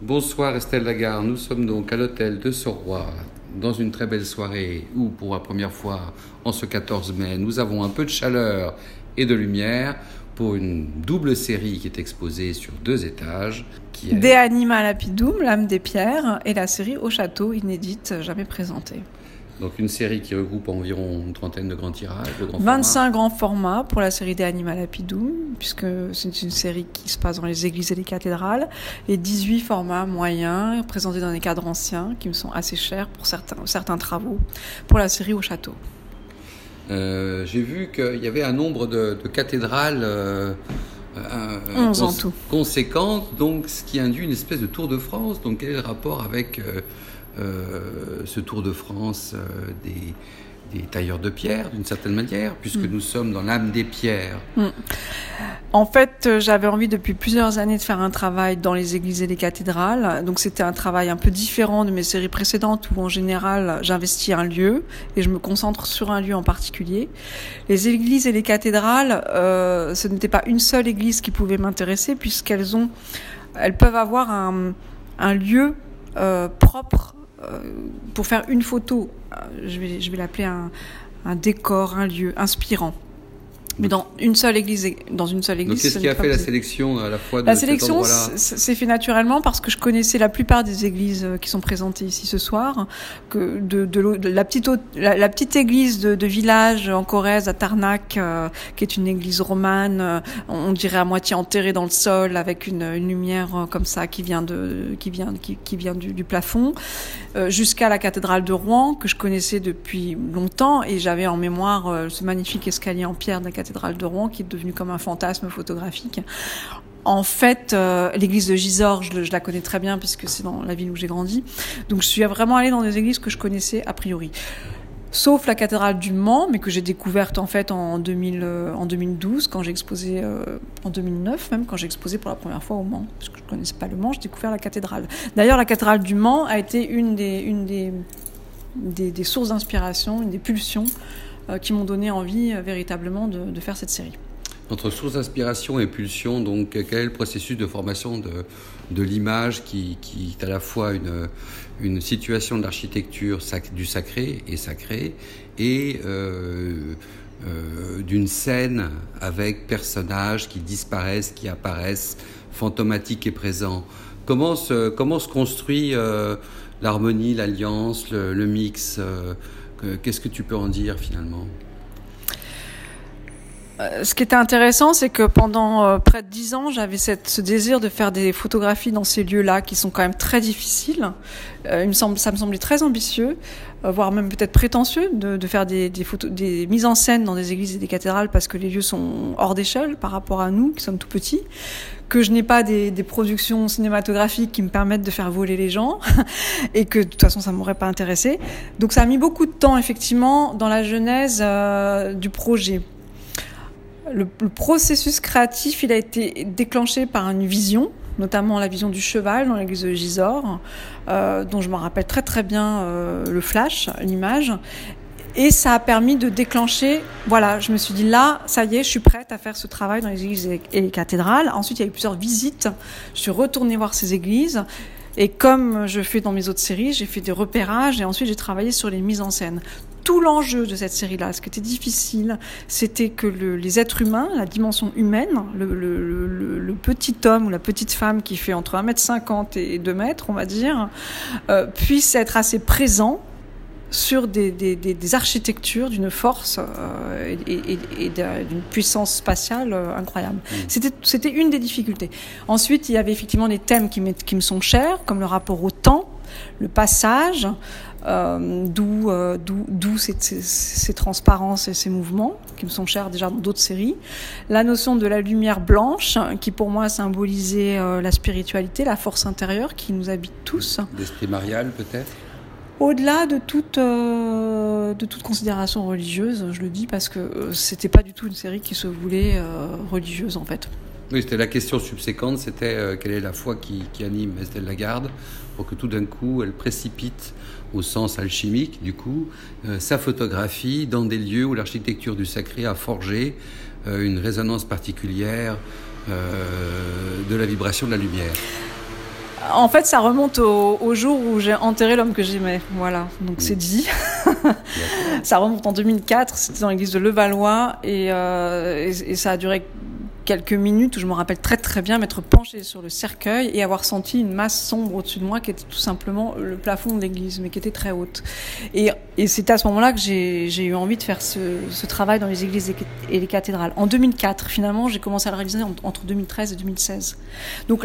Bonsoir Estelle Lagarde, nous sommes donc à l'hôtel de Soroy dans une très belle soirée où pour la première fois en ce 14 mai nous avons un peu de chaleur et de lumière pour une double série qui est exposée sur 2 étages. Qui est... De Anima Lapidum, l'âme des pierres, et la série Au château, inédite, jamais présentée. Donc une série qui regroupe environ une trentaine de grands tirages, de grands 25 formats. grands formats pour la série De Anima Lapidum, puisque c'est une série qui se passe dans les églises et les cathédrales, et 18 formats moyens, présentés dans des cadres anciens, qui me sont assez chers pour certains travaux, pour la série Au château. J'ai vu qu'il y avait un nombre de cathédrales 11 en tout. Conséquentes, donc ce qui induit une espèce de Tour de France. Donc quel est le rapport avec ce Tour de France des tailleurs de pierre, d'une certaine manière, puisque nous sommes dans l'âme des pierres. En fait, j'avais envie depuis plusieurs années de faire un travail dans les églises et les cathédrales. Donc c'était un travail un peu différent de mes séries précédentes où en général j'investis un lieu et je me concentre sur un lieu en particulier. Les églises et les cathédrales, ce n'était pas une seule église qui pouvait m'intéresser puisqu'elles peuvent avoir un lieu propre pour faire une photo. Je vais l'appeler un décor, un lieu inspirant. Mais dans une seule église. Donc qu'est-ce qui a fait la sélection à la fois de la cet sélection endroit-là ? C'est fait naturellement parce que je connaissais la plupart des églises qui sont présentées ici ce soir. Que de la petite église de village en Corrèze à Tarnac, qui est une église romane, on dirait à moitié enterrée dans le sol avec une lumière comme ça qui vient du plafond, jusqu'à la cathédrale de Rouen que je connaissais depuis longtemps et j'avais en mémoire ce magnifique escalier en pierre de la cathédrale de Rouen qui est devenu comme un fantasme photographique. En fait, l'église de Gisors, je la connais très bien puisque c'est dans la ville où j'ai grandi. Donc je suis vraiment allée dans des églises que je connaissais a priori. Sauf la cathédrale du Mans, mais que j'ai découverte en fait en 2012 quand j'ai exposé, en 2009 même, quand j'ai exposé pour la première fois au Mans. Parce que je ne connaissais pas le Mans, j'ai découvert la cathédrale. D'ailleurs, la cathédrale du Mans a été une des sources d'inspiration, une des pulsions qui m'ont donné envie véritablement de faire cette série. Entre source d'inspiration et pulsion, donc quel est le processus de formation de l'image qui est à la fois une situation de l'architecture du sacré et d'une scène avec personnages qui disparaissent, qui apparaissent, fantomatiques et présents. Comment se construit l'harmonie, l'alliance, le mix qu'est-ce que tu peux en dire finalement ? Ce qui était intéressant, c'est que pendant près de 10 ans, j'avais ce désir de faire des photographies dans ces lieux-là qui sont quand même très difficiles. Ça me semblait très ambitieux, voire même peut-être prétentieux de faire des mises en scène dans des églises et des cathédrales parce que les lieux sont hors d'échelle par rapport à nous qui sommes tout petits, que je n'ai pas des productions cinématographiques qui me permettent de faire voler les gens et que de toute façon ça m'aurait pas intéressé. Donc ça a mis beaucoup de temps effectivement dans la genèse du projet. Le processus créatif, il a été déclenché par une vision, notamment la vision du cheval dans l'église de Gisors, dont je me rappelle très très bien le flash, l'image. Et ça a permis de déclencher, voilà, je me suis dit là, ça y est, je suis prête à faire ce travail dans les églises et les cathédrales. Ensuite, il y a eu plusieurs visites, je suis retournée voir ces églises. Et comme je fais dans mes autres séries, j'ai fait des repérages et ensuite j'ai travaillé sur les mises en scène. Tout l'enjeu de cette série-là, ce qui était difficile, c'était que les êtres humains, la dimension humaine, le petit homme ou la petite femme qui fait entre 1m50 et 2 mètres, on va dire, puisse être assez présent sur des architectures d'une force et d'une puissance spatiale incroyable. C'était une des difficultés. Ensuite, il y avait effectivement des thèmes qui me sont chers, comme le rapport au temps, le passage, d'où ces transparences et ces mouvements qui me sont chers déjà dans d'autres séries. La notion de la lumière blanche, qui pour moi symbolisait la spiritualité, la force intérieure qui nous habite tous. L'esprit marial peut-être ? Au-delà de toute considération religieuse, je le dis parce que c'était pas du tout une série qui se voulait religieuse en fait. Oui, c'était la question subséquente, c'était quelle est la foi qui anime Estelle Lagarde pour que tout d'un coup elle précipite au sens alchimique du coup sa photographie dans des lieux où l'architecture du sacré a forgé une résonance particulière de la vibration de la lumière. En fait, ça remonte au jour où j'ai enterré l'homme que j'aimais. Voilà, donc c'est dit. Ça remonte en 2004, c'était dans l'église de Levallois, et ça a duré quelques minutes où je me rappelle très très bien m'être penchée sur le cercueil et avoir senti une masse sombre au-dessus de moi qui était tout simplement le plafond de l'église, mais qui était très haute. Et c'est à ce moment-là que j'ai eu envie de faire ce travail dans les églises et les cathédrales. En 2004, finalement, j'ai commencé à le réaliser entre 2013 et 2016. Donc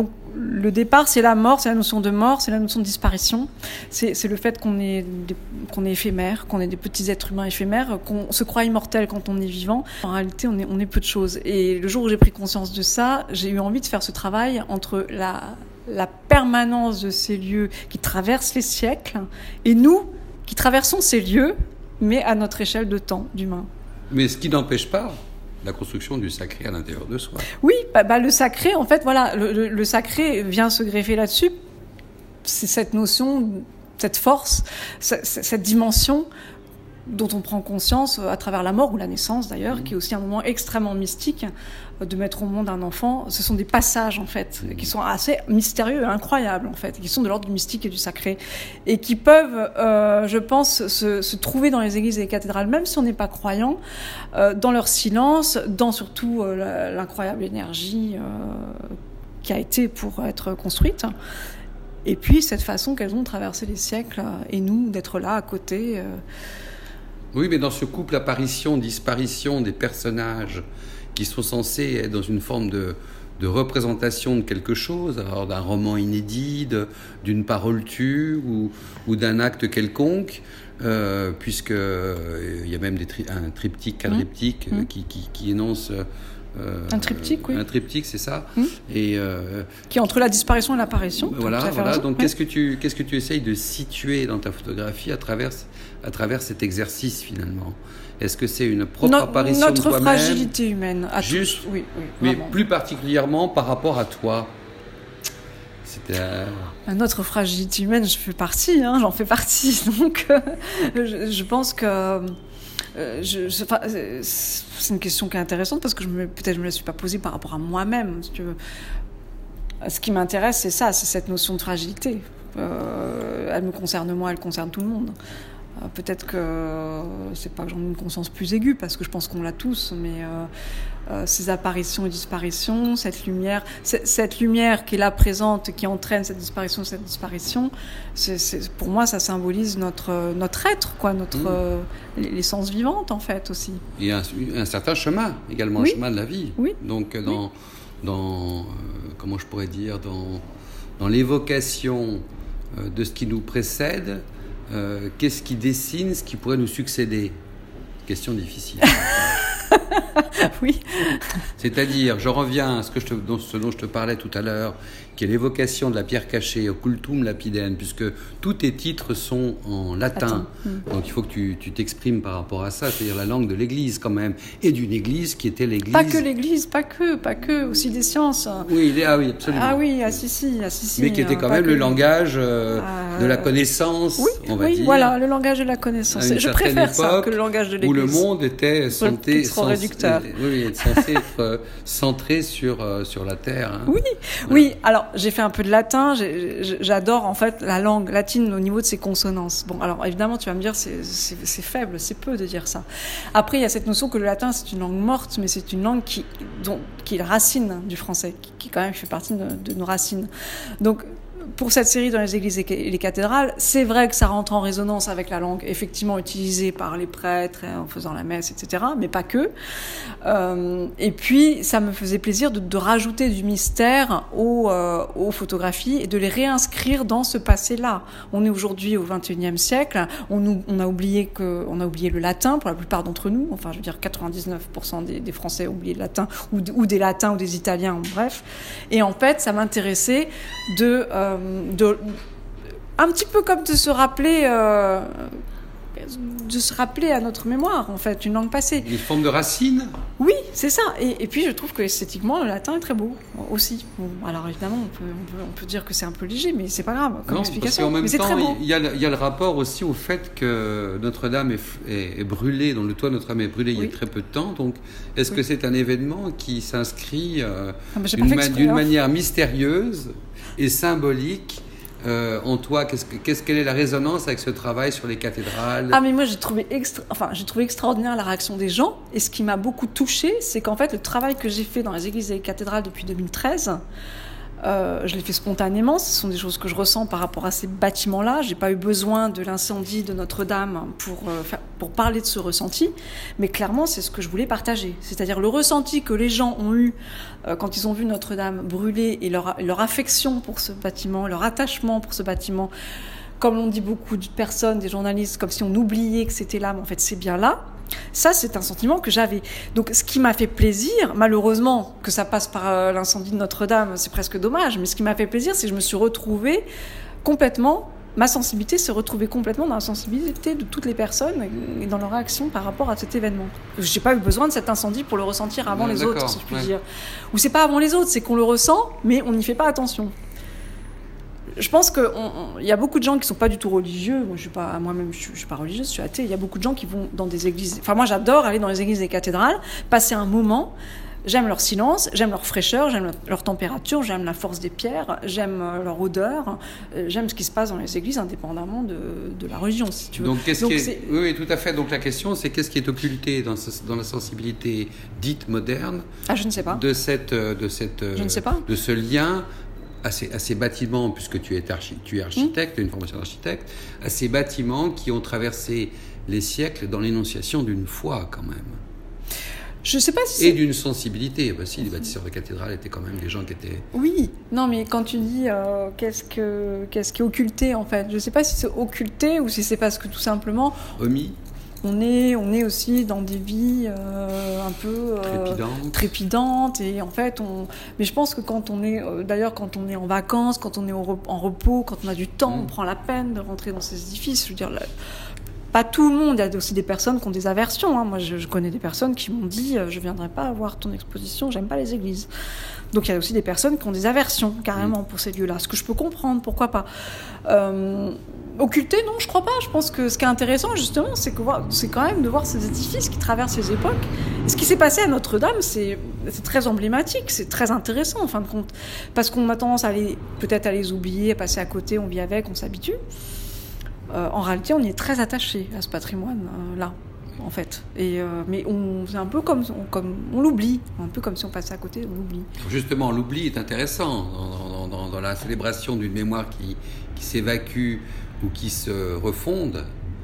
le départ, c'est la mort, c'est la notion de mort, c'est la notion de disparition, c'est le fait qu'on est éphémère, qu'on est des petits êtres humains éphémères, qu'on se croit immortel quand on est vivant. En réalité, on est peu de choses. Et le jour où j'ai pris conscience de ça, j'ai eu envie de faire ce travail entre la permanence de ces lieux qui traversent les siècles et nous qui traversons ces lieux, mais à notre échelle de temps d'humain. Mais ce qui n'empêche pas la construction du sacré à l'intérieur de soi. Oui, le sacré, en fait, voilà, le sacré vient se greffer là-dessus. C'est cette notion, cette force, cette dimension dont on prend conscience à travers la mort ou la naissance d'ailleurs, qui est aussi un moment extrêmement mystique de mettre au monde un enfant. Ce sont des passages en fait qui sont assez mystérieux et incroyables en fait, qui sont de l'ordre du mystique et du sacré et qui peuvent, je pense, se trouver dans les églises et les cathédrales, même si on n'est pas croyant, dans leur silence, dans surtout l'incroyable énergie qui a été pour être construite. Et puis cette façon qu'elles ont traversé les siècles et nous d'être là à côté. Oui, mais dans ce couple apparition-disparition des personnages qui sont censés être dans une forme de représentation de quelque chose, alors d'un roman inédit, d'une parole tue ou d'un acte quelconque, puisque il y a même un triptyque, quadriptyque qui énonce... un triptyque, oui. Un triptyque, c'est ça. Et, qui est entre la disparition et l'apparition. Voilà. Donc, qu'est-ce que tu essayes de situer dans ta photographie à travers cet exercice, finalement? Est-ce que c'est une propre apparition de toi-même? Notre fragilité humaine. Juste, oui, mais plus particulièrement par rapport à toi. Notre fragilité humaine, j'en fais partie. Donc, je pense que... c'est une question qui est intéressante parce que peut-être je me la suis pas posée par rapport à moi-même. Si tu veux. Ce qui m'intéresse, c'est ça, c'est cette notion de fragilité. Elle me concerne moi, elle concerne tout le monde. Peut-être que c'est pas que j'en ai une conscience plus aiguë parce que je pense qu'on l'a tous, mais ces apparitions et disparitions, cette lumière qui est là présente, qui entraîne cette disparition, pour moi ça symbolise notre être, quoi, l'essence vivante en fait aussi. Et un certain chemin également, oui. Un chemin de la vie. Oui. Donc dans comment je pourrais dire, dans l'évocation de ce qui nous précède. Qu'est-ce qui dessine ce qui pourrait nous succéder? Question difficile. Oui. C'est-à-dire, je reviens à ce dont je te parlais tout à l'heure, qui est l'évocation de la pierre cachée, occultum lapidem, puisque tous tes titres sont en latin. Donc il faut que tu t'exprimes par rapport à ça, c'est-à-dire la langue de l'Église quand même, et d'une Église qui était l'Église... Pas que l'Église, pas que, aussi des sciences. Oui, oui, absolument. Ah oui, si. Mais qui était quand même le langage de la connaissance, on va dire. Oui, voilà, le langage de la connaissance. Je préfère ça que le langage de l'Église. Où le monde était censé être centré sur la terre. Hein. Oui, voilà. Oui. Alors, j'ai fait un peu de latin. J'adore en fait la langue latine au niveau de ses consonances. Bon, alors évidemment, tu vas me dire c'est faible, c'est peu de dire ça. Après, il y a cette notion que le latin c'est une langue morte, mais c'est une langue qui est la racine du français, qui quand même fait partie de nos racines. Donc pour cette série dans les églises et les cathédrales, c'est vrai que ça rentre en résonance avec la langue effectivement utilisée par les prêtres en faisant la messe, etc., mais pas que. Et puis, ça me faisait plaisir de rajouter du mystère aux photographies et de les réinscrire dans ce passé-là. On est aujourd'hui au XXIe siècle, on a oublié le latin pour la plupart d'entre nous, enfin je veux dire 99% des Français ont oublié le latin, ou des latins ou des italiens, bref. Et en fait, ça m'intéressait un petit peu comme de se rappeler à notre mémoire, en fait, une langue passée. Une forme de racine ? Oui, c'est ça. Et puis je trouve que esthétiquement, le latin est très beau aussi. Bon, alors évidemment, on peut dire que c'est un peu léger, mais c'est pas grave comme explication. Parce qu'en mais c'est même très temps, beau. il y a le rapport aussi au fait que Notre-Dame est brûlée, dont le toit de Notre-Dame est brûlé il y a très peu de temps. Donc, est-ce que c'est un événement qui s'inscrit d'une manière mystérieuse et symbolique en toi, quelle est la résonance avec ce travail sur les cathédrales? Ah mais moi j'ai trouvé extraordinaire la réaction des gens, et ce qui m'a beaucoup touchée, c'est qu'en fait le travail que j'ai fait dans les églises et les cathédrales depuis 2013, je l'ai fait spontanément. Ce sont des choses que je ressens par rapport à ces bâtiments-là. J'ai pas eu besoin de l'incendie de Notre-Dame pour parler de ce ressenti, mais clairement c'est ce que je voulais partager, c'est-à-dire le ressenti que les gens ont eu quand ils ont vu Notre-Dame brûler, et leur affection pour ce bâtiment, leur attachement pour ce bâtiment. Comme l'ont dit beaucoup de personnes, des journalistes, comme si on oubliait que c'était là, mais en fait c'est bien là. Ça, c'est un sentiment que j'avais. Donc, ce qui m'a fait plaisir, malheureusement, que ça passe par l'incendie de Notre-Dame, c'est presque dommage, mais ce qui m'a fait plaisir, c'est que je me suis retrouvée complètement, ma sensibilité s'est retrouvée complètement dans la sensibilité de toutes les personnes et dans leur réaction par rapport à cet événement. J'ai pas eu besoin de cet incendie pour le ressentir avant les autres, si je puis dire. Ou c'est pas avant les autres, c'est qu'on le ressent, mais on n'y fait pas attention. Je pense qu'il y a beaucoup de gens qui ne sont pas du tout religieux. Moi-même, je ne suis pas religieuse, je suis athée. Il y a beaucoup de gens qui vont dans des églises. Enfin, moi, j'adore aller dans les églises et les cathédrales, passer un moment. J'aime leur silence, j'aime leur fraîcheur, j'aime leur température, j'aime la force des pierres, j'aime leur odeur, j'aime ce qui se passe dans les églises, indépendamment de la religion, si tu veux. Donc, oui, tout à fait. Donc, la question, c'est qu'est-ce qui est occulté dans la sensibilité dite moderne? Ah, je ne sais pas. Je ne sais pas. De ce lien à ces bâtiments, puisque tu es architecte, tu as une formation d'architecte, à ces bâtiments qui ont traversé les siècles dans l'énonciation d'une foi, quand même. Je sais pas si et d'une sensibilité. Bah, si, les bâtisseurs de cathédrales étaient quand même des gens qui étaient... Oui, non, mais quand tu dis qu'est-ce qui est occulté, en fait, je sais pas si c'est occulté ou si c'est parce que tout simplement... Omis. On est aussi dans des vies un peu trépidantes, et en fait mais je pense que quand on est quand on est en vacances, quand on est en repos, quand on a du temps, on prend la peine de rentrer dans ces édifices. Je veux dire, pas tout le monde, il y a aussi des personnes qui ont des aversions, hein. Moi je connais des personnes qui m'ont dit je viendrai pas voir ton exposition, j'aime pas les églises. Donc il y a aussi des personnes qui ont des aversions carrément pour ces lieux-là, ce que je peux comprendre, pourquoi pas. Occulté, non, je crois pas. Je pense que ce qui est intéressant, justement, c'est quand même de voir ces édifices qui traversent les époques. Et ce qui s'est passé à Notre-Dame, c'est très emblématique, c'est très intéressant, en fin de compte. Parce qu'on a tendance peut-être à les oublier, à passer à côté, on vit avec, on s'habitue. En réalité, on y est très attaché à ce patrimoine-là, en fait. Mais c'est un peu comme on l'oublie, un peu comme si on passait à côté, on l'oublie. Justement, l'oubli est intéressant dans la célébration d'une mémoire qui s'évacue ou qui se refonde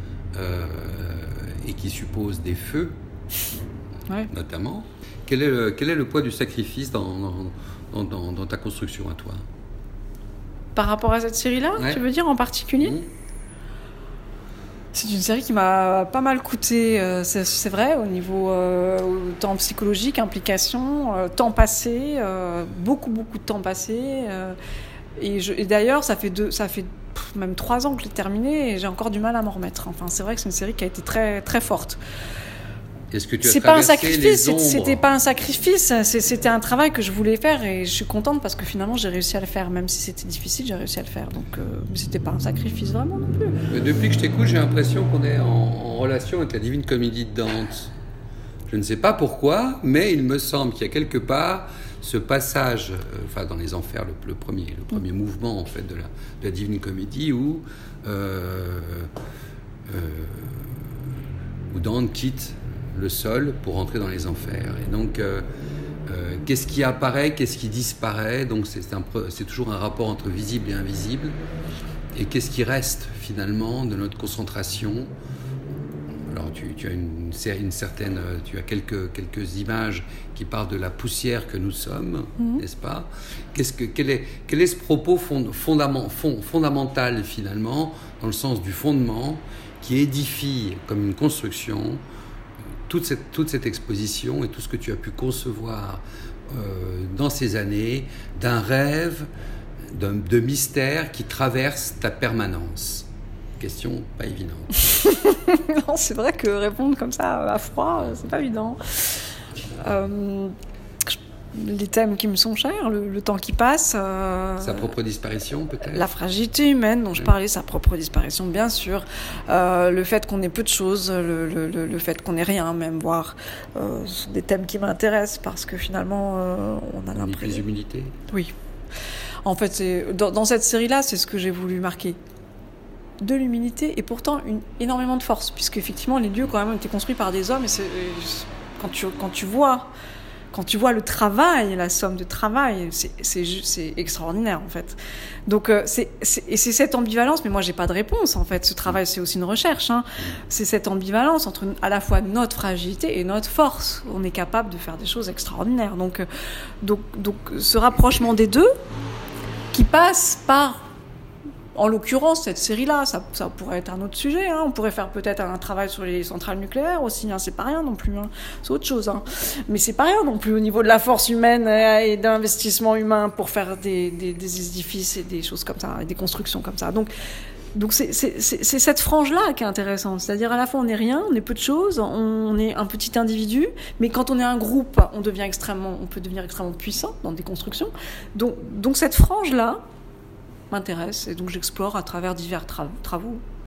et qui suppose des feux, notamment. Quel est le poids du sacrifice dans ta construction à toi? Par rapport à cette série-là, tu veux dire en particulier? C'est une série qui m'a pas mal coûté, c'est vrai, au niveau temps psychologique, implication, temps passé, beaucoup de temps passé. Et d'ailleurs, ça fait même 3 ans que je l'ai terminée et j'ai encore du mal à m'en remettre. Enfin, c'est vrai que c'est une série qui a été très, très forte. Est-ce que tu as traversé les ombres? C'était pas un sacrifice, c'était un travail que je voulais faire, et je suis contente parce que finalement j'ai réussi à le faire, même si c'était difficile, j'ai réussi à le faire. Donc c'était pas un sacrifice vraiment non plus. Mais depuis que je t'écoute, j'ai l'impression qu'on est en relation avec la Divine Comédie de Dante. Je ne sais pas pourquoi, mais il me semble qu'il y a quelque part ce passage, dans les Enfers, le premier mouvement en fait de la Divine Comédie où Dante quitte le sol pour entrer dans les Enfers. Et donc, qu'est-ce qui apparaît, qu'est-ce qui disparaît? Donc, c'est toujours un rapport entre visible et invisible. Et qu'est-ce qui reste finalement de notre concentration? Alors, tu as une certaine, tu as quelques images qui parlent de la poussière que nous sommes, n'est-ce pas? Quel est ce propos fondamental finalement, dans le sens du fondement, qui édifie comme une construction toute cette exposition et tout ce que tu as pu concevoir dans ces années d'un rêve, de mystère qui traverse ta permanence? Question pas évidente. Non, c'est vrai que répondre comme ça à froid, c'est pas évident. Les thèmes qui me sont chers, le temps qui passe. Sa propre disparition, peut-être. La fragilité humaine dont je parlais, sa propre disparition, bien sûr. Le fait qu'on ait peu de choses, le fait qu'on ait rien, même, voire. Ce sont des thèmes qui m'intéressent parce que finalement, on a l'impression. Les humilités. Oui. En fait, dans cette série-là, c'est ce que j'ai voulu marquer. De l'humilité et pourtant énormément de force, puisque effectivement les lieux quand même ont été construits par des hommes, et quand tu vois le travail, la somme de travail, c'est extraordinaire en fait. Donc c'est cette ambivalence, mais moi j'ai pas de réponse en fait. Ce travail c'est aussi une recherche, hein. C'est cette ambivalence entre à la fois notre fragilité et notre force. On est capable de faire des choses extraordinaires. Donc ce rapprochement des deux qui passe par, en l'occurrence, cette série-là, ça pourrait être un autre sujet, hein. On pourrait faire peut-être un travail sur les centrales nucléaires aussi, hein. C'est pas rien non plus, hein. C'est autre chose, hein. Mais c'est pas rien non plus au niveau de la force humaine et d'investissement humain pour faire des édifices et des choses comme ça, et des constructions comme ça. Donc c'est cette frange-là qui est intéressante. C'est-à-dire à la fois on n'est rien, on est peu de choses, on est un petit individu, mais quand on est un groupe, on peut devenir extrêmement puissant dans des constructions. Donc cette frange-là m'intéresse et donc j'explore à travers divers travaux.